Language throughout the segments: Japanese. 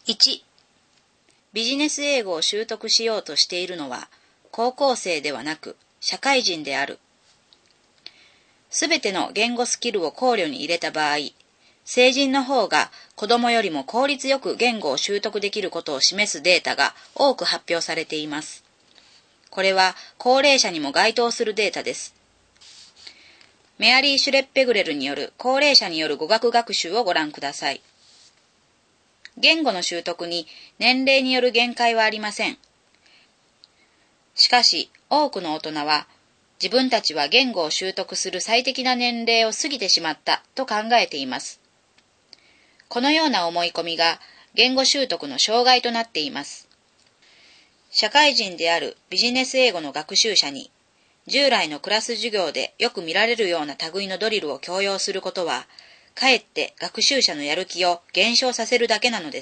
1、ビジネス英語を習得しようとしているのは高校生ではなく社会人である。すべての言語スキルを考慮に入れた場合、成人の方が子供よりも効率よく言語を習得できることを示すデータが多く発表されています。これは高齢者にも該当するデータです。メアリー・シュレッペグレルによる高齢者による語学学習をご覧ください。言語の習得に年齢による限界はありません。しかし、多くの大人は自分たちは言語を習得する最適な年齢を過ぎてしまったと考えています。このような思い込みが言語習得の障害となっています。社会人であるビジネス英語の学習者に従来のクラス授業でよく見られるような類のドリルを強要することは、かえって学習者のやる気を減少させるだけなのです。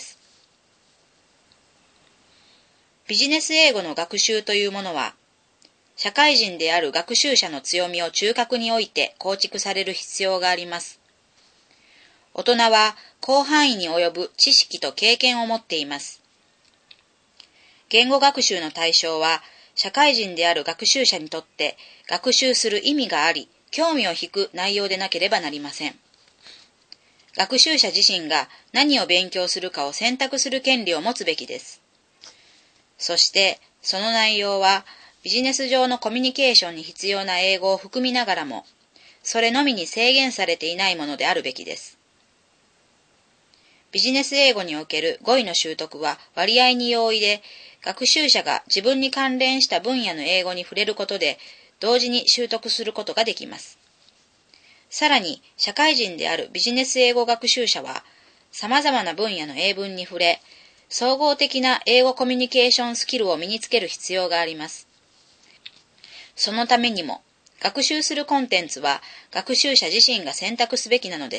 ビジネス英語の学習というものは、社会人である学習者の強みを中核において構築される必要があります。大人は広範囲に及ぶ知識と経験を持っています。言語学習の対象は、社会人である学習者にとって学習する意味があり、興味を引く内容でなければなりません。学習者自身が何を勉強するかを選択する権利を持つべきです。そして、その内容はビジネス上のコミュニケーションに必要な英語を含みながらも、それのみに制限されていないものであるべきです。ビジネス英語における語彙の習得は割合に容易で、学習者が自分に関連した分野の英語に触れることで、同時に習得することができます。さらに、社会人であるビジネス英語学習者は、様々な分野の英文に触れ、総合的な英語コミュニケーションスキルを身につける必要があります。そのためにも、学習するコンテンツは学習者自身が選択すべきなのです。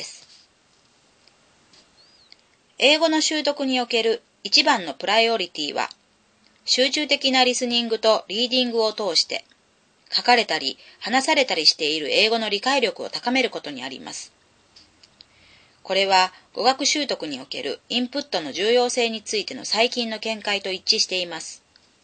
英語の習得における一番のプライオリティは、集中的なリスニングとリーディングを通して、書かれたり話されたりしている英語の理解力を高めることにあります。これは語学習得におけるインプットの重要性についての最近の見解と一致しています。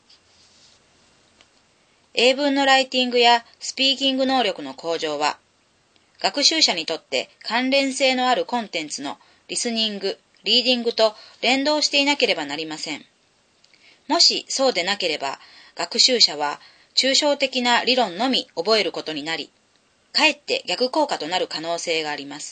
英文のライティングやスピーキング能力の向上は、学習者にとって関連性のあるコンテンツのリスニング、リーディングと連動していなければなりません。もしそうでなければ、学習者は抽象的な理論のみ覚えることになり、かえって逆効果となる可能性があります。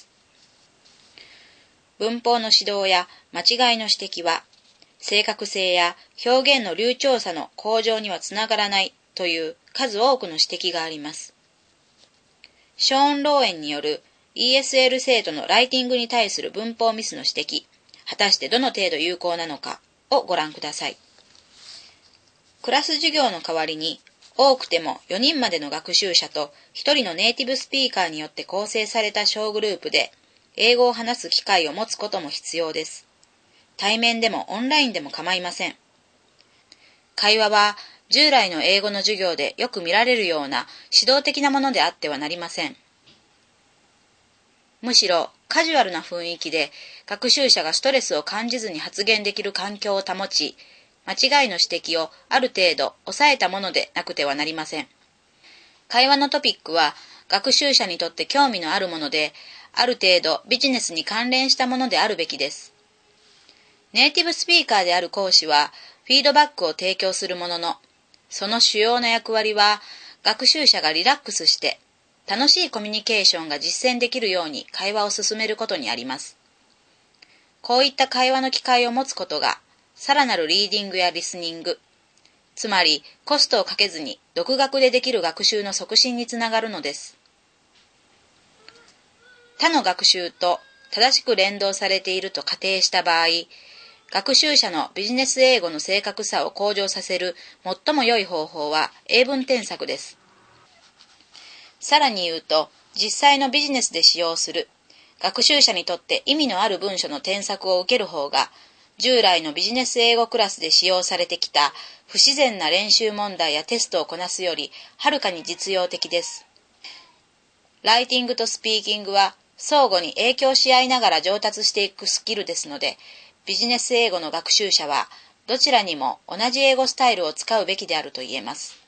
文法の指導や間違いの指摘は、正確性や表現の流暢さの向上にはつながらないという数多くの指摘があります。ショーン・ローエンによる ESL 生徒のライティングに対する文法ミスの指摘、果たしてどの程度有効なのかをご覧ください。クラス授業の代わりに、多くても4人までの学習者と1人のネイティブスピーカーによって構成された小グループで、英語を話す機会を持つことも必要です。対面でもオンラインでも構いません。会話は従来の英語の授業でよく見られるような指導的なものであってはなりません。むしろカジュアルな雰囲気で学習者がストレスを感じずに発言できる環境を保ち、間違いの指摘をある程度抑えたものでなくてはなりません。会話のトピックは学習者にとって興味のあるもので、ある程度ビジネスに関連したものであるべきです。ネイティブスピーカーである講師はフィードバックを提供するものの、その主要な役割は学習者がリラックスして楽しいコミュニケーションが実践できるように会話を進めることにあります。こういった会話の機会を持つことが、さらなるリーディングやリスニング、つまりコストをかけずに独学でできる学習の促進につながるのです。他の学習と正しく連動されていると仮定した場合、学習者のビジネス英語の正確さを向上させる最も良い方法は英文添削です。さらに言うと、実際のビジネスで使用する学習者にとって意味のある文書の添削を受ける方が、従来のビジネス英語クラスで使用されてきた不自然な練習問題やテストをこなすよりはるかに実用的です。ライティングとスピーキングは相互に影響し合いながら上達していくスキルですので、 ビジネス英語の学習者はどちらにも同じ英語スタイルを使うべきであると言えます。